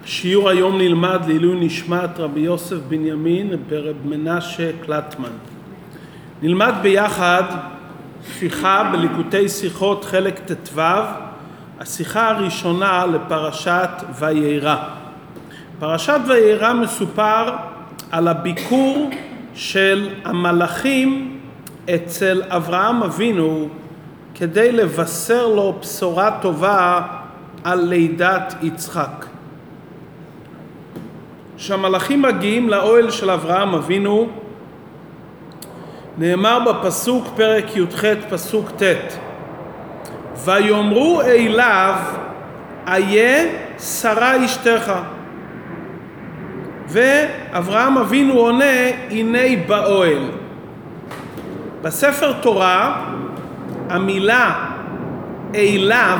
שיעור היום נלמד לעילוי נשמת רבי יוסף בנימין ברב מנשה קלטמן. נלמד ביחד שיחה בליקוטי שיחות חלק ט"ו, השיחה הראשונה לפרשת וירא. פרשת וירא מסופר על הביקור של המלאכים אצל אברהם אבינו כדי לבשר לו בשורה טובה על לידת יצחק. כשהמלאכים מגיעים לאוהל של אברהם אבינו, נאמר בפסוק פרק י"ח פסוק ט', ויאמרו אליו איה שרה אשתך, ואברהם אבינו עונה הנה באוהל. בספר תורה המילה אליו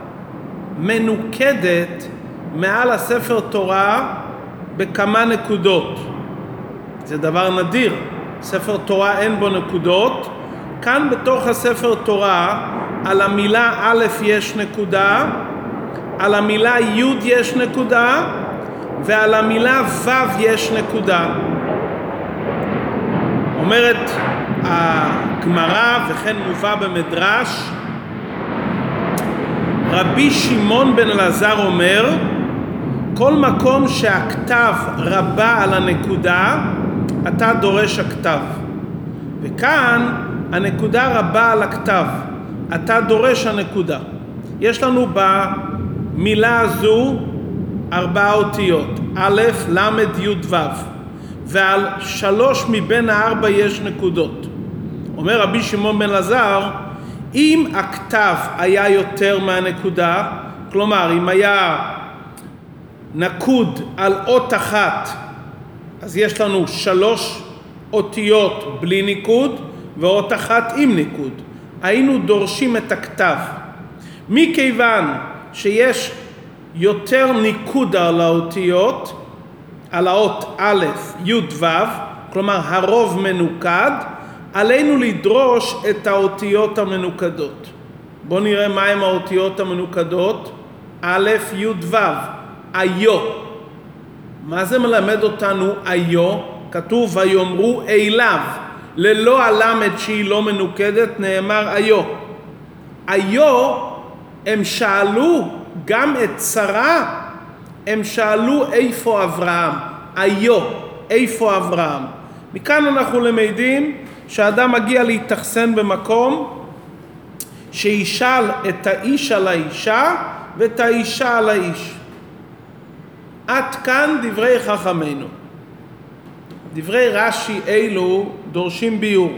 מנוקדת מעל הספר תורה בכמה נקודות. זה דבר נדיר, ספר תורה אין בו נקודות. כאן בתוך הספר תורה על המילה א' יש נקודה, על המילה י' יש נקודה, ועל המילה ו' יש נקודה. אומרת הגמרא וכן מובא במדרש, רבי שמעון בן אלעזר אומר, כל מקום שהכתב רבה על הנקודה, אתה דורש הכתב. וכאן הנקודה רבה על הכתב, אתה דורש הנקודה. יש לנו במילה הזו 4 אותיות, א', ל', י', ו', ועל 3 מבין 4 יש נקודות. אומר רבי שמעון בן אלעזר, אם הכתב היה יותר מהנקודה, כלומר אם היה נקוד על אות אחת, אז יש לנו 3 אותיות בלי ניקוד ואות אחת עם ניקוד, היינו דורשים את הכתב. מכיוון שיש יותר ניקוד על האותיות, על האות א', י', ו', כלומר הרוב מנוקד, עלינו לדרוש את האותיות המנוקדות. בואו נראה מהם האותיות המנוקדות. א', י', ו', איו. מה זה מלמד אותנו איו? כתוב ויאמרו אליו, ללא הלמד שהיא לא מנוקדת, נאמר איו. איו, הם שאלו גם את שרה, הם שאלו איפה אברהם. איו, איפה אברהם? מכאן אנחנו למדים שהאדם מגיע להתאכסן במקום שישאל את האיש על האישה ואת האישה על האיש. עד כאן דברי חכמינו. דברי רש"י אלו דורשים ביור.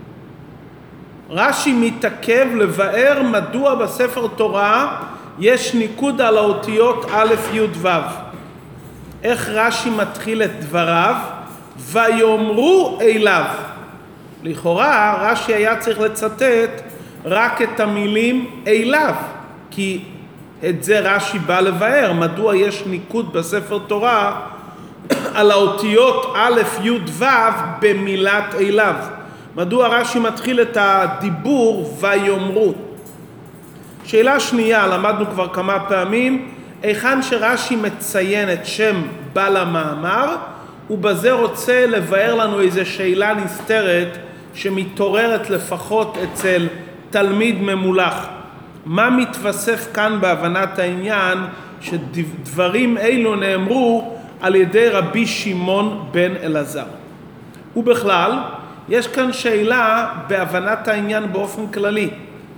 רש"י מתעכב לבאר מדוע בספר תורה יש ניקוד על האותיות א', י', ו'. איך רש"י מתחיל את דבריו? ויאמרו אליו. לכאורה רש"י היה צריך לצטט רק את המילים אליו, כי את זה רש"י בא לבאר, מדוע יש ניקוד בספר תורה על האותיות א', י', ו' במילת אליו. מדוע רש"י מתחיל את הדיבור ויאמרו. שאלה שנייה, למדנו כבר כמה פעמים, היכן שרש"י מציין את שם בעל המאמר, ובזה רוצה לבאר לנו איזו שאלה נסתרת שמתעוררת לפחות אצל תלמיד ממולח. מה מתווסף כאן בהבנת העניין שדברים אלו נאמרו על ידי רבי שמעון בן אלעזר? ובכלל, יש כאן שאלה בהבנת העניין באופן כללי.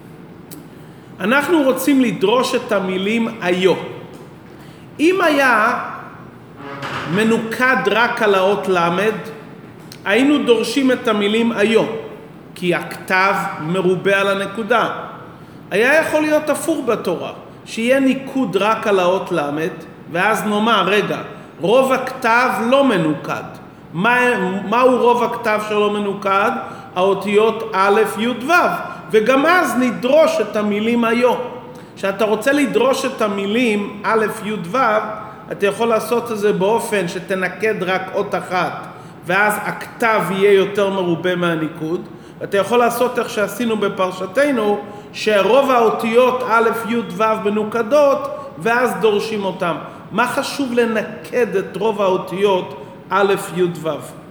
אנחנו רוצים לדרוש את המילים איו. אם היה מנוקד רק על האות למד, היינו דורשים את המילים איו, כי הכתב מרובה על הנקודה. היה יכול להיות הפוך בתורה, שיהיה ניקוד רק על האות למד, ואז נאמר, רגע, רוב הכתב לא מנוקד. מהו רוב הכתב שלא מנוקד? האותיות א', י', ו', וגם אז נדרוש את המילים איו. כשאתה רוצה לדרוש את המילים א', י', ו', אתה יכול לעשות את זה באופן שתנקד רק אות אחת, ואז הכתב יהיה יותר מרובה מהניקוד. אתה יכול לעשות איך שעשינו בפרשתנו, שרוב האותיות א', י', ו' מנוקדות, ואז דורשים אותם. מה חשוב לנקד את רוב האותיות א', י', ו'?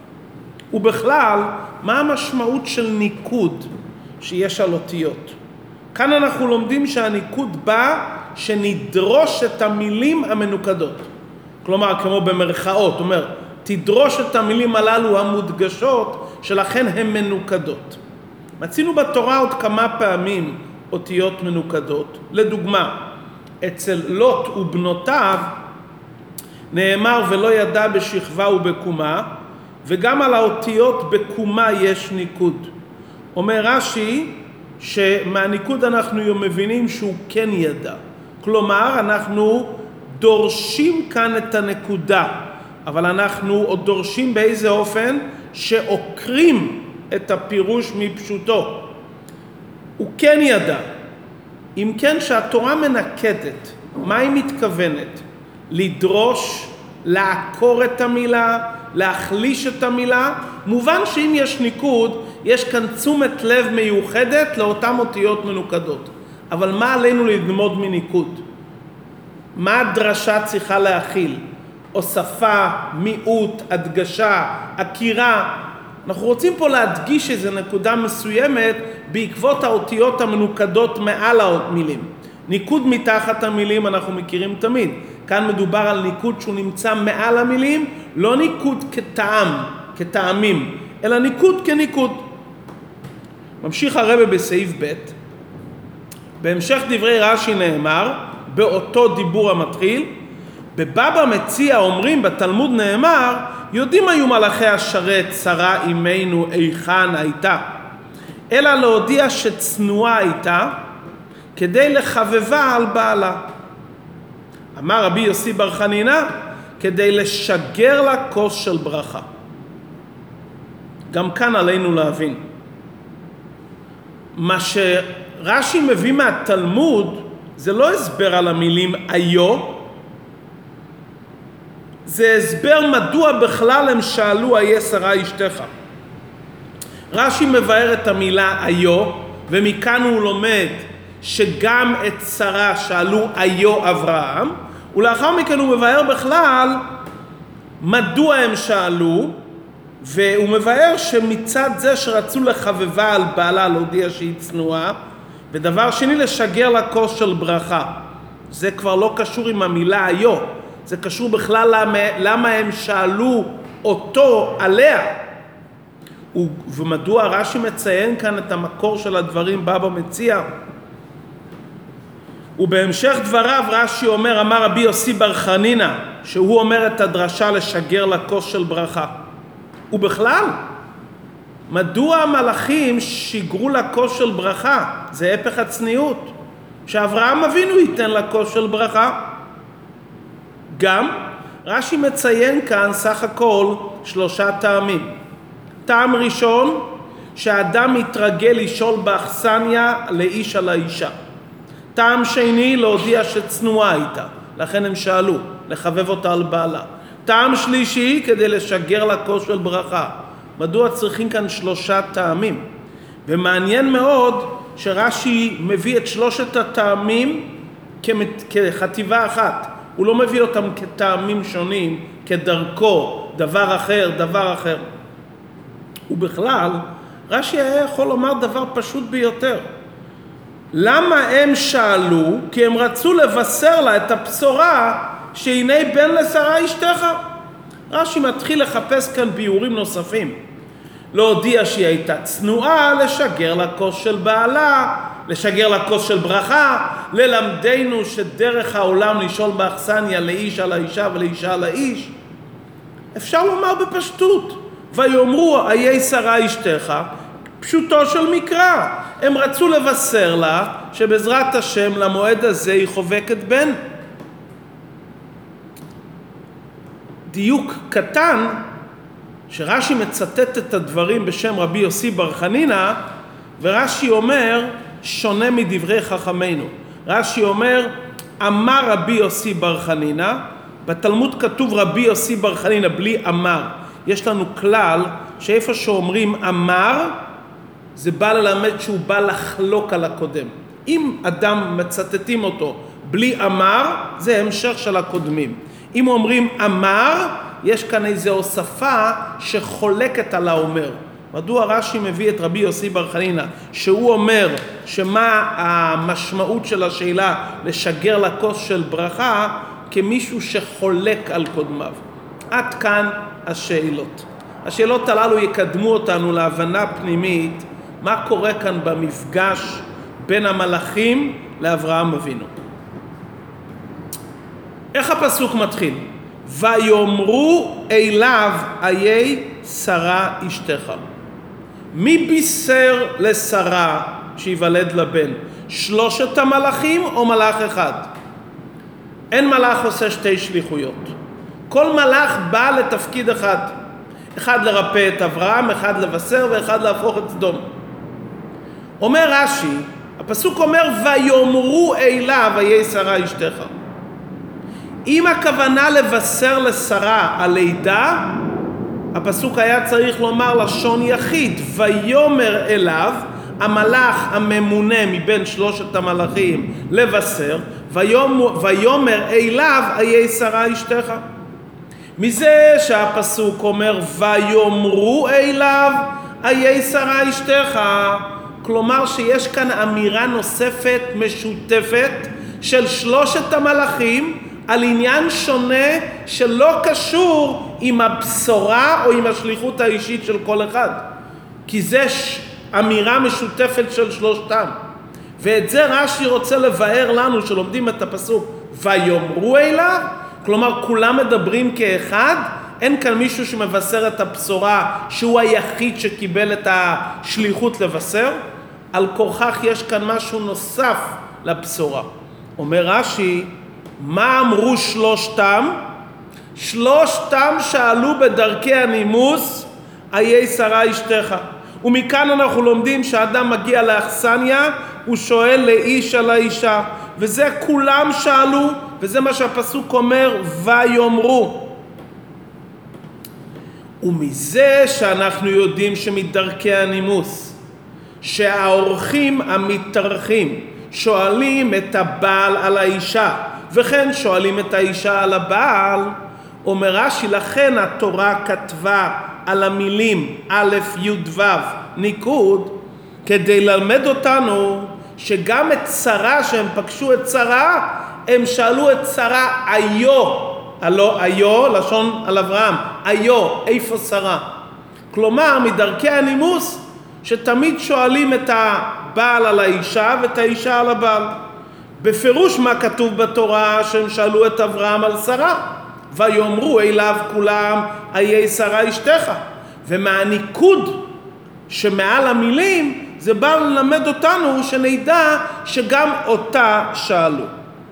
ובכלל, מה המשמעות של ניקוד שיש על אותיות? כאן אנחנו לומדים שהניקוד בא שנדרוש את המילים המנוקדות. כלומר, כמו במרכאות, אומר, תדרוש את המילים הללו המודגשות, שלכן הן מנוקדות. מצינו בתורה עוד כמה פעמים אותיות מנוקדות. לדוגמה, אצל לוט ובנותיו נאמר ולא ידע בשכבה ובקומה, וגם על האותיות בקומה יש ניקוד. אומר רש"י שמהניקוד אנחנו מבינים שהוא כן ידע. כלומר, אנחנו דורשים כאן את הנקודה, אבל אנחנו עוד דורשים באיזה אופן שעוקרים את הפירוש מפשוטו. הוא כן ידע. אם כן, שהתורה מנקדת, מה היא מתכוונת? לדרוש, לעקור את המילה, להחליש את המילה. מובן שאם יש ניקוד, יש כאן תשומת לב מיוחדת לאותן אותיות מנוקדות. אבל מה עלינו ללמוד מניקוד? מה הדרשה צריכה להכיל? הוספה, מיעוט, הדגשה, עקירה. אנחנו רוצים פה להדגיש איזו נקודה מסוימת בעקבות האותיות המנוקדות מעל המילים. ניקוד מתחת המילים אנחנו מכירים תמיד. כאן מדובר על ניקוד שהוא נמצא מעל המילים, לא ניקוד כטעם, כטעמים, אלא ניקוד כניקוד. ממשיך הרב בסעיף ב', בהמשך דברי רש"י נאמר, באותו דיבור המתחיל, בבבא מציע אומרים בתלמוד נאמר, יודעים היו מלאכי השרת שרה אימנו איכן הייתה, אלא להודיע שצנועה הייתה, כדי לחבבה על בעלה. אמר רבי יוסי בר חנינא, כדי לשגר לה כוס של ברכה. גם כאן עלינו להבין. מה שרש"י מביא מהתלמוד, זה לא הסבר על המילים היו, זה הסבר מדוע בכלל הם שאלו איה שרה אשתך. רש"י מבאר את המילה היו, ומכאן הוא לומד שגם את שרה שאלו היו אברהם, ולאחר מכן הוא מבאר בכלל מדוע הם שאלו, והוא מבאר שמצד זה שרצו לחבבה על בעלה, להודיע שהיא צנועה, ודבר שני לשגר לה כוס של ברכה. זה כבר לא קשור עם המילה היו, זה קשור בכלל למה הם שאלו אותו עליה. ומדוע רש"י מציין כאן את המקור של הדברים בבא מציע? ובהמשך דבריו רש"י אומר, אמר רבי יוסי בר חנינא, שהוא אומר את הדרשה לשגר לה כוס של ברכה. ובכלל, מדוע המלאכים שיגרו לה כוס של ברכה? זה הפך הצניעות. שאברהם אבינו ייתן לה כוס של ברכה. גם רש"י מציין כאן סך הכל 3 טעמים. טעם ראשון, שהאדם מתרגל לשאול באכסניה לאיש על האישה. טעם שני, להודיע שצנועה הייתה, לכן הם שאלו, לחבב אותה על בעלה. טעם שלישי, כדי לשגר לה כוס של ברכה. מדוע צריכים כאן 3 טעמים? ומעניין מאוד שרש"י מביא את 3 הטעמים כחטיבה אחת. הוא לא מביא אותם כטעמים שונים, כדרכו, דבר אחר, דבר אחר. ובכלל, רש"י היה יכול לומר דבר פשוט ביותר. למה הם שאלו? כי הם רצו לבשר לה את הבשורה שהנה בן לשרה אשתך. רש"י מתחיל לחפש כאן ביורים נוספים. להודיע שהיא הייתה צנועה, לשגר לה כוס של בעלה, לשגר לה כוס של ברכה, ללמדנו שדרך העולם לשאול באכסניה לאיש על האישה ולאישה על האיש. אפשר לומר בפשטות, ויאמרו איה שרה אשתך, פשוטו של מקרא. הם רצו לבשר לה שבעזרת השם למועד הזה היא חובקת בן. דיוק קטן, שרש"י מצטט את הדברים בשם רבי יוסי בר חנינא, ורש"י אומר שונה מדברי חכמינו. רש"י אומר, אמר רבי יוסי בר חנינא, בתלמוד כתוב רבי יוסי בר חנינא בלי אמר. יש לנו כלל שאיפה שאומרים אמר, זה בא ללמד שהוא בא לחלוק על הקודם. אם אדם מצטטים אותו בלי אמר, זה המשך של הקודמים. אם אומרים אמר, יש כאן איזו הוספה שחולקת על האומר. מדוע רש"י מביא את רבי יוסי בר חנינא, שהוא אומר שמה המשמעות של השאלה לשגר לכוס של ברכה, כמישהו שחולק על קודמיו. עד כאן השאלות. השאלות הללו יקדמו אותנו להבנה פנימית מה קורה כאן במפגש בין המלאכים לאברהם אבינו. איך הפסוק מתחיל? ויאמרו אליו איי שרה אשתך. מי בישר לשרה שיוולד לבן? 3 המלאכים או מלאך אחד? אין מלאך עושה 2 שליחויות. כל מלאך בא לתפקיד אחד. אחד לרפא את אברהם, אחד לבשר ואחד להפוך את סדום. אומר רש"י, הפסוק אומר ויאמרו אליו איי שרה אשתך. אם הכוונה לבשר לשרה הלידה, הפסוק היה צריך לומר לשון יחיד, ויאמר אליו, המלאך הממונה מבין 3 המלאכים לבשר, ויאמר אליו איי שרה אשתך. מזה שהפסוק אומר ויאמרו אליו איי שרה אשתך, כלומר שיש כאן אמירה נוספת משותפת של 3 המלאכים על עניין שונה שלא קשור עם הבשורה או עם השליחות האישית של כל אחד, כי זה אמירה משותפת של 3. ואת זה רש"י רוצה לבאר לנו שלומדים את הפסוק ויאמרו אליו, כלומר כולם מדברים כאחד, אין כאן מישהו שמבשר את הבשורה שהוא היחיד שקיבל את השליחות לבשר, על כורכך יש כאן משהו נוסף לבשורה. אומר רש"י, מה אמרו 3? 3 שאלו בדרכי הנימוס איי שרה אשתך. ומכאן אנחנו לומדים שאדם מגיע לאכסניה, הוא שואל לאיש על האישה, וזה כולם שאלו, וזה מה שהפסוק אומר ויאמרו. ומזה שאנחנו יודעים שמדרכי הנימוס שהאורחים המתארחים שואלים את הבעל על האישה, וכן שואלים את האישה על הבעל, אומר רש"י, לכן התורה כתבה על המילים א' י' ו' ניקוד, כדי ללמד אותנו שגם את שרה, שהם פגשו את שרה, הם שאלו את שרה איו, הלא איו, לשון על אברהם, איו, איפה שרה? כלומר, מדרכי הנימוס, שתמיד שואלים את הבעל על האישה ואת האישה על הבעל. בפירוש מה כתוב בתורה שהם שאלו את אברהם על שרה? ויאמרו אליו כולם איי שרה אשתך. ומהניקוד שמעל המילים זה בא ללמד אותנו שנדע שגם אותה שאלו.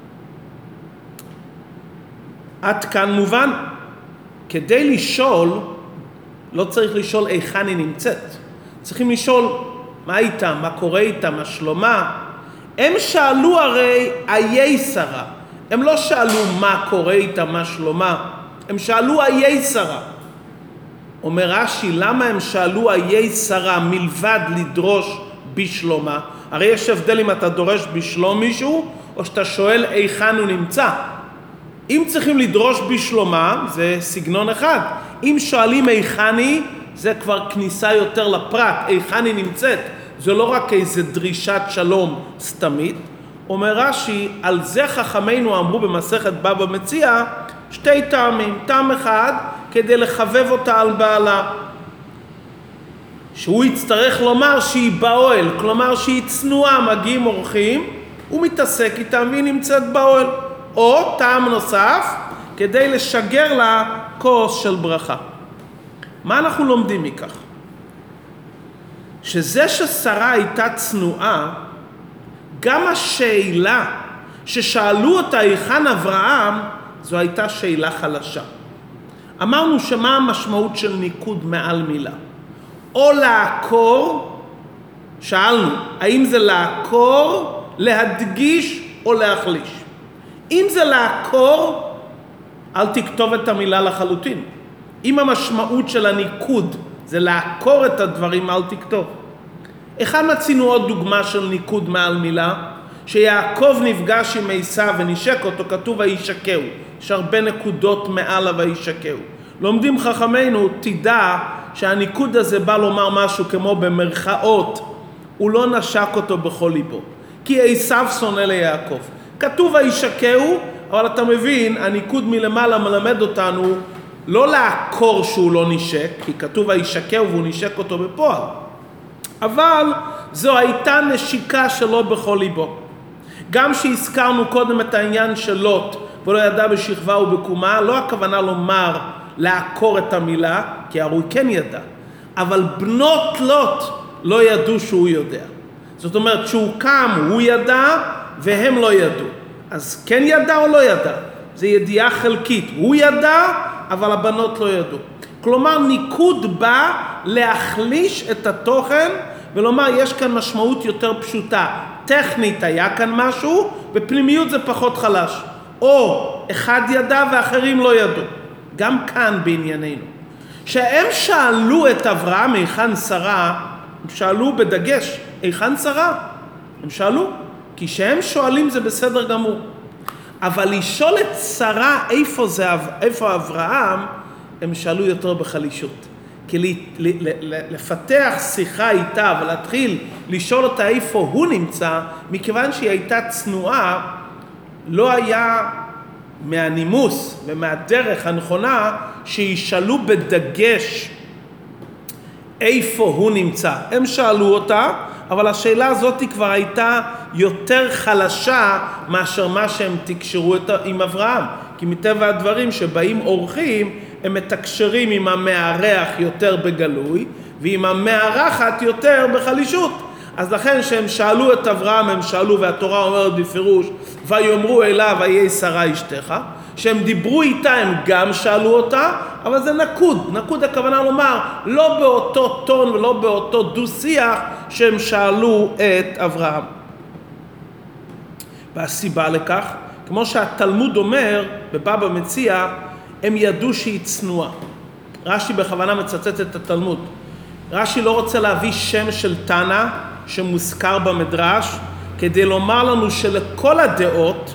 עד כאן מובן. כדי לשאול לא צריך לשאול היכן היא נמצאת, צריכים לשאול מה איתה, מה קורה איתה, מה שלומה. הם שאלו הרי איי שרה, הם לא שאלו מה קורה איתה, מה שלומה, הם שאלו איי שרה. אומר רש"י, למה הם שאלו איי שרה מלבד לדרוש בשלומה? הרי יש הבדל אם אתה דורש בשלום מישהו או שאתה שואל היכן הוא נמצא. אם צריכים לדרוש בשלומה זה סגנון אחד, אם שואלים היכן היא זה כבר כניסה יותר לפרט, היכן היא נמצאת, זה לא רק איזה דרישת שלום סתמית. אומר רש"י, על זה חכמינו אמרו במסכת בבא מציעא 2 טעמים. טעם אחד, כדי לחבב אותה על בעלה, שהוא יצטרך לומר שהיא באוהל, כלומר שהיא צנועה, מגיעים אורחים, הוא מתעסק איתם והיא נמצאת באוהל. או טעם נוסף, כדי לשגר לה כוס של ברכה. מה אנחנו לומדים מכך? שזה ששרה הייתה צנועה, גם השאלה ששאלו אותה היכן אברהם, זו הייתה שאלה חלשה. אמרנו שמה המשמעות של ניקוד מעל מילה? או לעקור, שאלנו, האם זה לעקור, להדגיש או להחליש? אם זה לעקור, אל תכתוב את המילה לחלוטין. אם המשמעות של הניקוד זה לעקור את הדברים, אל תכתוב. אחד מצינו עוד דוגמה של ניקוד מעל מילה, שיעקב נפגש עם עשיו ונשק אותו, כתוב וישקהו. יש הרבה נקודות מעלה וישקהו. לומדים חכמינו, תדע שהניקוד הזה בא לומר משהו כמו במרכאות, הוא לא נשק אותו בכל ליבו, כי עשיו שונא ליעקב. כתוב וישקהו, אבל אתה מבין, הניקוד מלמעלה מלמד אותנו לא לעקור שהוא לא נשק, כי כתוב וישקהו והוא נשק אותו בפועל, אבל זו הייתה נשיקה שלו בכל ליבו. גם שהזכרנו קודם את העניין של לוט, ולא ידע בשכבה ובקומה, לא הכוונה לומר לעקור את המילה, כי הרי הוא כן ידע, אבל בנות לוט לא ידעו שהוא יודע. זאת אומרת שהוא קם, הוא ידע והם לא ידעו. אז כן ידע או לא ידע? זה ידיעה חלקית. הוא ידע, אבל הבנות לא ידעו. כלומר, ניקוד בא להחליש את התוכן ולומר, יש כאן משמעות יותר פשוטה. טכנית היה כאן משהו, בפנימיות זה פחות חלש. או אחד ידע ואחרים לא ידעו. גם כאן בענייננו. שהם שאלו את אברהם היכן שרה, הם שאלו בדגש, היכן שרה? הם שאלו, כי שהם שואלים זה בסדר גמור. אבל לשאול את שרה איפה אברהם, הם שאלו יותר בחלישות. כי לפתח שיחה איתה ולהתחיל לשאול אותה איפה הוא נמצא, מכיוון שהיא הייתה צנועה, לא היה מהנימוס ומהדרך הנכונה שישאלו בדגש איפה הוא נמצא. הם שאלו אותה, אבל השאלה הזאת כבר הייתה יותר חלשה מאשר מה שהם תקשרו עם אברהם. כי מטבע הדברים שבאים אורחים, הם מתקשרים עם המארח יותר בגלוי, ועם המארחת יותר בחלישות. אז לכן שהם שאלו את אברהם, הם שאלו, והתורה אומרת בפירוש, ויאמרו אליו, ויהי שרה אשתך. שהם דיברו איתה, הם גם שאלו אותה, אבל זה נקוד. נקוד הכוונה לומר, לא באותו טון ולא באותו דו-שיח שהם שאלו את אברהם. והסיבה לכך, כמו שהתלמוד אומר, בבבא מציע, הם ידעו שהיא צנועה. רש"י בכוונה מצטט את התלמוד. רש"י לא רוצה להביא שם של תנא שמוזכר במדרש, כדי לומר לנו שלכל הדעות,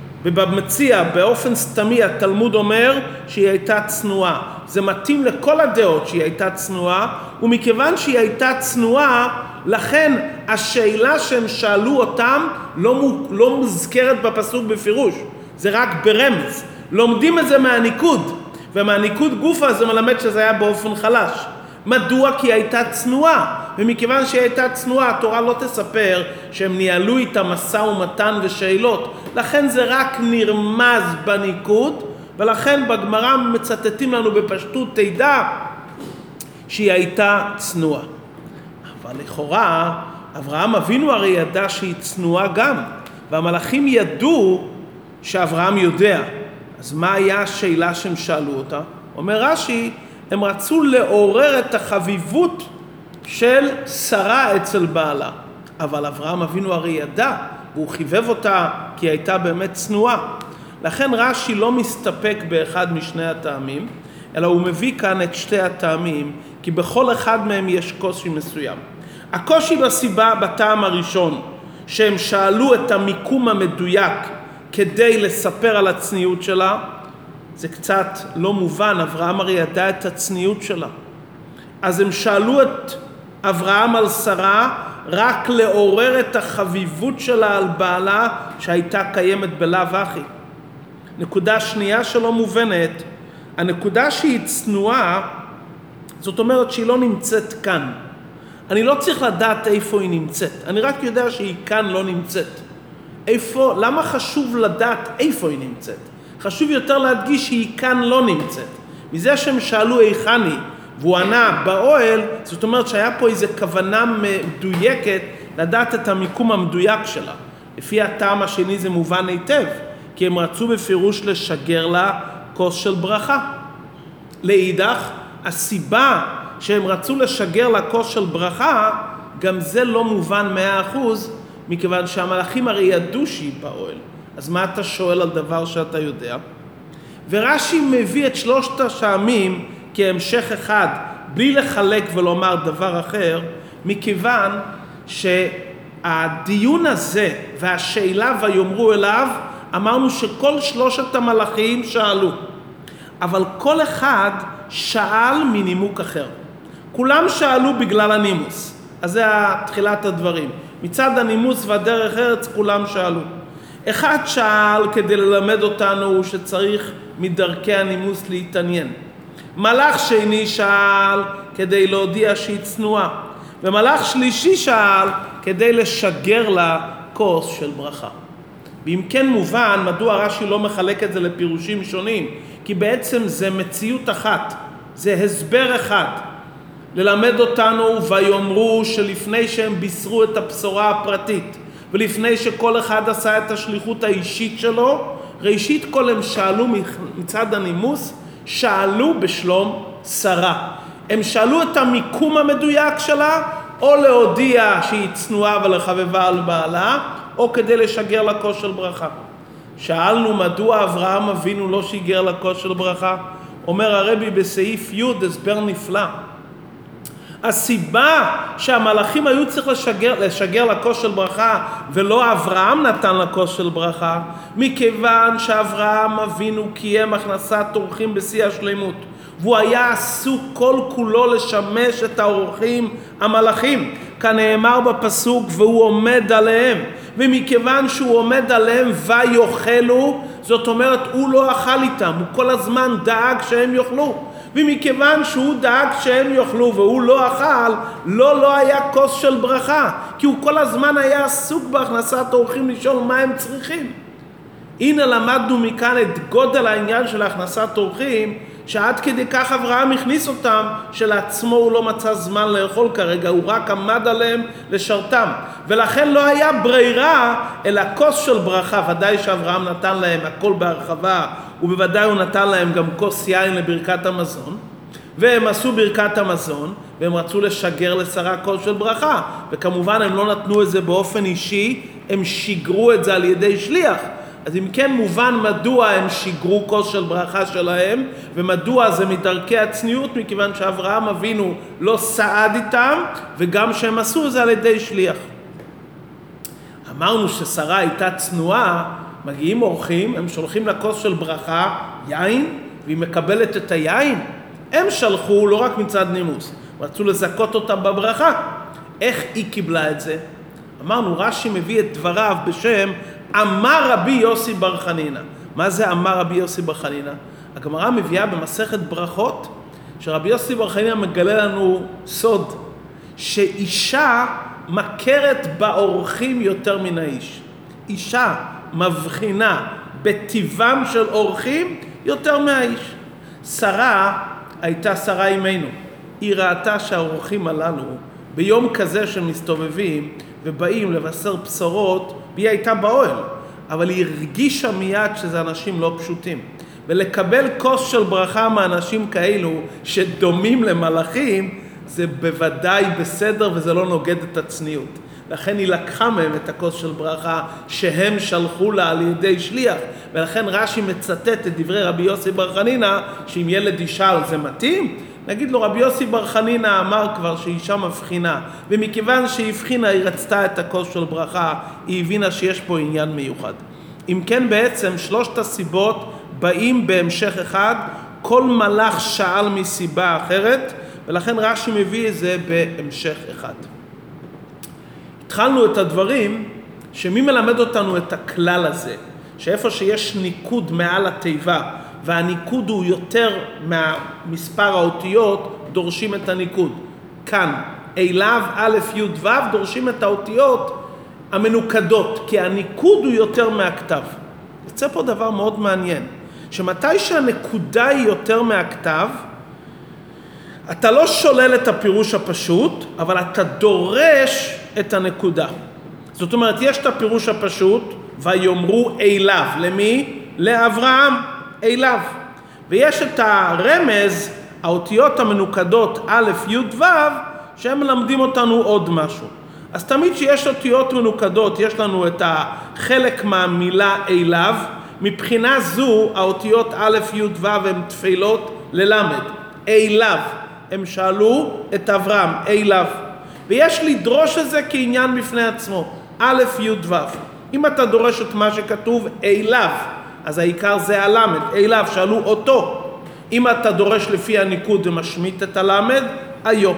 ובמציע באופן סתמי התלמוד אומר שהיא הייתה צנועה. זה מתאים לכל הדעות שהיא הייתה צנועה, ומכיוון שהיא הייתה צנועה, לכן השאלה שהם שאלו אותם לא מוזכרת בפסוק בפירוש, זה רק ברמז. לומדים את זה מהניקוד, ומהניקוד גופה זה מלמד שזה היה באופן חלש. מדוע? כי היא הייתה צנועה, ומכיוון שהיא הייתה צנועה, התורה לא תספר שהם ניהלו איתה משא ומתן ושאלות, לכן זה רק נרמז בניקוד, ולכן בגמרא מצטטים לנו בפשטות תדע שהיא הייתה צנועה. אבל לכאורה, אברהם אבינו הרי ידע שהיא צנועה גם, והמלאכים ידעו שאברהם יודע. אז מה היה השאלה שהם שאלו אותה? אומר רש"י, הם רצו לעורר את החביבות של שרה אצל בעלה. אבל אברהם אבינו הרי ידע, והוא חיבב אותה כי היא הייתה באמת צנועה. לכן רש"י לא מסתפק באחד משני הטעמים, אלא הוא מביא כאן את שתי הטעמים, כי בכל אחד מהם יש קושי מסוים. הקושי בסיבה, בטעם הראשון, שהם שאלו את המיקום המדויק כדי לספר על הצניעות שלה, זה קצת לא מובן. אברהם הרי ידע את הצניעות שלה. אז הם שאלו את אברהם על שרה רק לעורר את החביבות שלה על בעלה שהייתה קיימת בלאו הכי. נקודה שנייה שלא מובנת, הנקודה שהיא צנועה, זאת אומרת שהיא לא נמצאת כאן. אני לא צריך לדעת איפה היא נמצאת, אני רק יודע שהיא כאן לא נמצאת. איפה, למה חשוב לדעת איפה היא נמצאת? חשוב יותר להדגיש שהיא כאן לא נמצאת. מזה שהם שאלו היכן היא, והוא ענה באוהל, זאת אומרת שהיה פה איזו כוונה מדויקת לדעת את המיקום המדויק שלה. לפי הטעם השני זה מובן היטב, כי הם רצו בפירוש לשגר לה כוס של ברכה. לאידך, הסיבה שהם רצו לשגר לה כוס של ברכה, גם זה לא מובן 100%, מכיוון שהמלאכים הרי ידעו שהיא באוהל. אז מה אתה שואל על דבר שאתה יודע? ורש"י מביא את שלושת הטעמים כהמשך אחד, בלי לחלק ולומר דבר אחר, מכיוון שהדיון הזה והשאלה ויאמרו אליו אמרנו שכל שלושת המלאכים שאלו, אבל כל אחד שאל מנימוק אחר. כולם שאלו בגלל הנימוס, אז זה תחילת הדברים. מצד הנימוס והדרך ארץ כולם שאלו. אחד שאל כדי ללמד אותנו שצריך מדרכי הנימוס להתעניין. מלאך שני שאל כדי להודיע שהיא צנועה. ומלאך שלישי שאל כדי לשגר לה כוס של ברכה. ואם כן מובן, מדוע רש"י לא מחלק את זה לפירושים שונים? כי בעצם זה מציאות אחת, זה הסבר אחד. ללמד אותנו ויאמרו שלפני שהם בישרו את הבשורה הפרטית, ולפני שכל אחד עשה את השליחות האישית שלו, ראשית כל הם שאלו מצד הנימוס, שאלו בשלום שרה. הם שאלו את המיקום המדויק שלה, או להודיע שהיא צנועה ולחבבה על בעלה, או כדי לשגר לה כוס של ברכה. שאלנו מדוע אברהם אבינו לא שיגר לה כוס של ברכה? אומר הרבי בסעיף י' הסבר נפלא. הסיבה שהמלאכים היו צריך לשגר לה כוס של ברכה ולא אברהם נתן לה כוס של ברכה, מכיוון שאברהם אבינו קיים הכנסת אורחים בשיא השלמות, והוא היה עסוק כל כולו לשמש את האורחים המלאכים, כנאמר בפסוק והוא עומד עליהם, ומכיוון שהוא עומד עליהם ויאכלו, זאת אומרת הוא לא אכל איתם, הוא כל הזמן דאג שהם יאכלו, ומכיוון שהוא דאג שהם יאכלו והוא לא אכל, לא היה כוס של ברכה, כי הוא כל הזמן היה עסוק בהכנסת אורחים לשאול מה הם צריכים. הנה למדנו מכאן את גודל העניין של הכנסת אורחים, שעד כדי כך אברהם הכניס אותם, שלעצמו הוא לא מצא זמן לאכול כרגע, הוא רק עמד עליהם לשרתם, ולכן לא היה ברירה אלא כוס של ברכה. ודאי שאברהם נתן להם הכל בהרחבה, ובוודאי הוא נתן להם גם כוס יין לברכת המזון, והם עשו ברכת המזון, והם רצו לשגר לשרה כוס של ברכה, וכמובן הם לא נתנו את זה באופן אישי, הם שיגרו את זה על ידי שליח. אז אם כן מובן מדוע הם שיגרו כוס של ברכה שלהם, ומדוע זה מדרכי הצניעות, מכיוון שאברהם אבינו לא סעד איתם, וגם שהם עשו זה על ידי שליח. אמרנו ששרה הייתה צנועה, מגיעים אורחים, הם שולחים לכוס של ברכה יין, והיא מקבלת את היין. הם שלחו לא רק מצד נימוס, רצו לזכות אותם בברכה. איך היא קיבלה את זה? אמרנו, רש"י מביא את דבריו בשם אמר רבי יוסי בר חנינא. מה זה אמר רבי יוסי בר חנינא? הגמרא מביאה במסכת ברכות שרבי יוסי בר חנינא מגלה לנו סוד, שאישה מכרת באורחים יותר מן האיש. אישה מבחינה בטבעם של אורחים יותר מהאיש. שרה הייתה שרה אימנו, היא ראתה שהאורחים הללו ביום כזה שמסתובבים ובאים לבשר בשורות, והיא הייתה באוהל, אבל היא הרגישה מיד שזה אנשים לא פשוטים, ולקבל כוס של ברכה מאנשים כאלו שדומים למלאכים זה בוודאי בסדר, וזה לא נוגד את הצניעות. לכן היא לקחה מהם את הכוס של ברכה שהם שלחו לה על ידי שליח, ולכן רש"י מצטט את דברי רבי יוסי בר חנינא, שאם ילד ישאל זה מתאים, נגיד לו רבי יוסי בר חנינא אמר כבר שאישה מבחינה, ומכיוון שהיא הבחינה היא רצתה את הכוס של ברכה, היא הבינה שיש פה עניין מיוחד. אם כן בעצם שלושת הסיבות באים בהמשך אחד, כל מלאך שאל מסיבה אחרת, ולכן רש"י מביא את זה בהמשך אחד. התחלנו את הדברים שמי מלמד אותנו את הכלל הזה, שאיפה שיש ניקוד מעל התיבה והניקוד הוא יותר מהמספר האותיות, דורשים את הניקוד. כאן אליו א' י' ו' דורשים את האותיות המנוקדות, כי הניקוד הוא יותר מהכתב. יוצא פה דבר מאוד מעניין, שמתי שהנקודה היא יותר מהכתב, אתה לא שולל את הפירוש הפשוט, אבל אתה דורש את הנקודה. זאת אומרת, יש את הפירוש הפשוט, ויאמרו אליו. למי? לאברהם. אליו. ויש את הרמז, האותיות המנוקדות א' י' ו', שהם מלמדים אותנו עוד משהו. אז תמיד שיש אותיות מנוקדות, יש לנו את החלק מהמילה אליו. מבחינה זו, האותיות א' י' ו' הן תפילות ללמד. אליו. הם שאלו את אברהם, אליו. ויש לדרוש את זה כעניין בפני עצמו, א' י' ו'. אם אתה דורש את מה שכתוב אליו, אז העיקר זה הלמד, אליו, שאלו אותו. אם אתה דורש לפי הניקוד ומשמיט את הלמד, היו.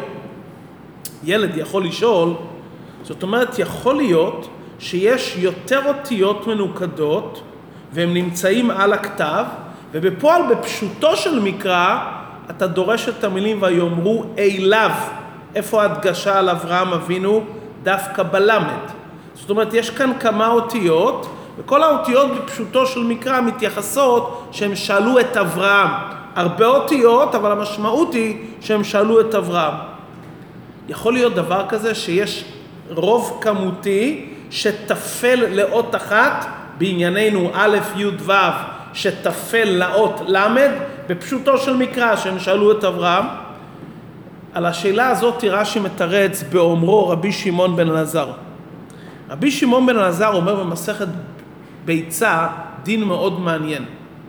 ילד יכול לשאול, זאת אומרת, יכול להיות שיש יותר אותיות מנוקדות, והם נמצאים על הכתב, ובפועל בפשוטו של מקרא, אתה דורש את המילים ויאמרו אליו. איפה ההדגשה על אברהם אבינו? דווקא בלמד. זאת אומרת, יש כאן כמה אותיות, וכל האותיות בפשוטו של מקרא מתייחסות שהם שאלו את אברהם. הרבה אותיות, אבל המשמעות היא שהם שאלו את אברהם. יכול להיות דבר כזה שיש רוב כמותי שתפל לאות אחת, בענייננו א' י' ו' שתפל לאות למד, בפשוטו של מקרא שהם שאלו את אברהם. על השאלה הזאת רש"י מתרץ באומרו רבי שמעון בן אלעזר. רבי שמעון בן אלעזר אומר במסכת ביצה דין מאוד מעניין,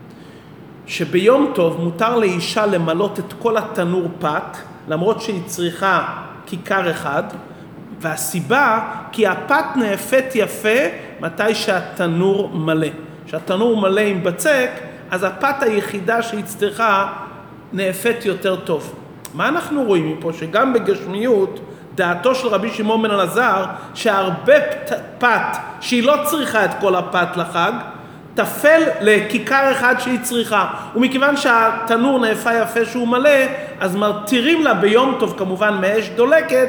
שביום טוב מותר לאישה למלות את כל התנור פת, למרות שהיא צריכה כיכר אחד, והסיבה כי הפת נאפת יפה מתי שהתנור מלא. כשהתנור מלא עם בצק, אז הפת היחידה שהיא צריכה נאפת יותר טוב. מה אנחנו רואים מפה? שגם בגשמיות דעתו של רבי שמעון בן אלעזר שהרבה פת שהיא לא צריכה את כל הפת לחג, תפל לכיכר אחד שהיא צריכה, ומכיוון שהתנור נאפה יפה שהוא מלא, אז מרתירים לה ביום טוב כמובן מאש דולקת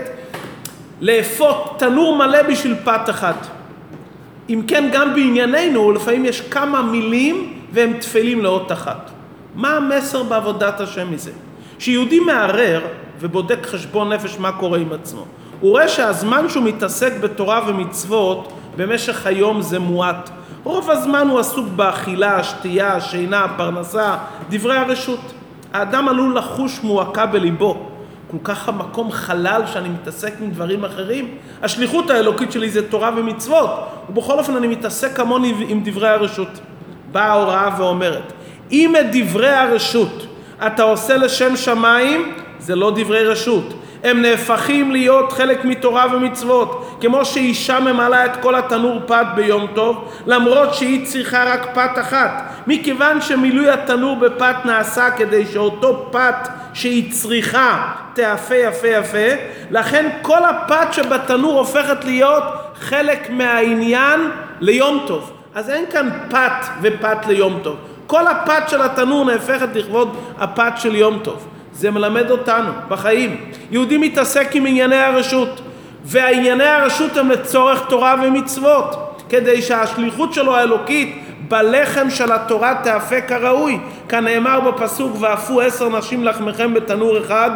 לאפות תנור מלא בשביל פת אחת. אם כן, גם בענייננו לפעמים יש כמה מילים והם תפלים לאות אחת. מה המסר בעבודת השם מזה? שיהודי מערער ובודק חשבון נפש מה קורה עם עצמו, הוא רואה שהזמן שהוא מתעסק בתורה ומצוות במשך היום זה מועט. רוב הזמן הוא עסוק באכילה, שתייה, שינה, פרנסה, דברי הרשות. האדם עלול לחוש מועקה בליבו. כל כך המקום חלל שאני מתעסק עם דברים אחרים. השליחות האלוקית שלי זה תורה ומצוות, ובכל אופן אני מתעסק כמוני עם דברי הרשות. באה ההוראה ואומרת, אם את דברי הרשות אתה עושה לשם שמיים, זה לא דברי רשות. הם נהפכים להיות חלק מתורה ומצוות, כמו שאישה ממלאה את כל התנור פת ביום טוב, למרות שהיא צריכה רק פת אחת. מכיוון שמילוי התנור בפת נעשה כדי שאותו פת שהיא צריכה תאפה יפה יפה, לכן כל הפת שבתנור הופכת להיות חלק מהעניין ליום טוב. אז אין כאן פת ופת ליום טוב. כל הפת של התנור נהפכת לכבוד הפת של יום טוב. זה מלמד אותנו בחיים. יהודי מתעסק עם ענייני הרשות, והענייני הרשות הם לצורך תורה ומצוות, כדי שהשליחות שלו האלוקית בלחם של התורה תאפה כראוי. כנאמר בפסוק, ואפו 10 נשים לחמכם בתנור אחד,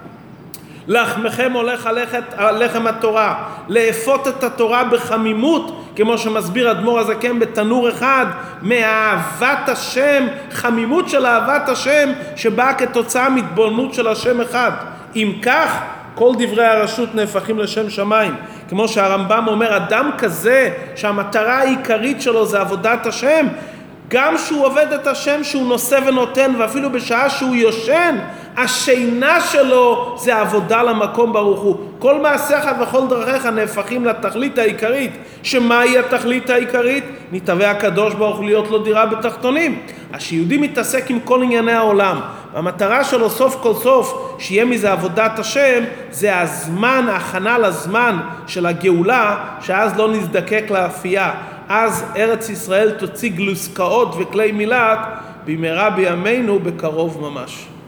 לחמכם הולך על לחם התורה. לאפות את התורה בחמימות, כמו שמסביר אדמו"ר הזקן, בתנור אחד, מאהבת השם, חמימות של אהבת השם שבאה כתוצאה מתבוננות של השם אחד. אם כך, כל דברי הרשות נהפכים לשם שמיים. כמו שהרמב"ם אומר, אדם כזה שהמטרה העיקרית שלו זה עבודת השם, גם שהוא עובד את השם, שהוא נושא ונותן, ואפילו בשעה שהוא יושן, השינה שלו זה עבודה למקום ברוך הוא. כל מעשיך וכל דרכיך נהפכים לתכלית העיקרית. שמהי התכלית העיקרית? נתהווה הקדוש ברוך הוא להיות לו דירה בתחתונים. השיהודי מתעסק עם כל ענייני העולם, והמטרה שלו סוף כל סוף שיהיה מזה עבודת השם, זה הזמן, ההכנה לזמן של הגאולה, שאז לא נזדקק לאפייה. אז ארץ ישראל תוציא גלוסקאות וכלי מילת במהרה בימינו בקרוב ממש.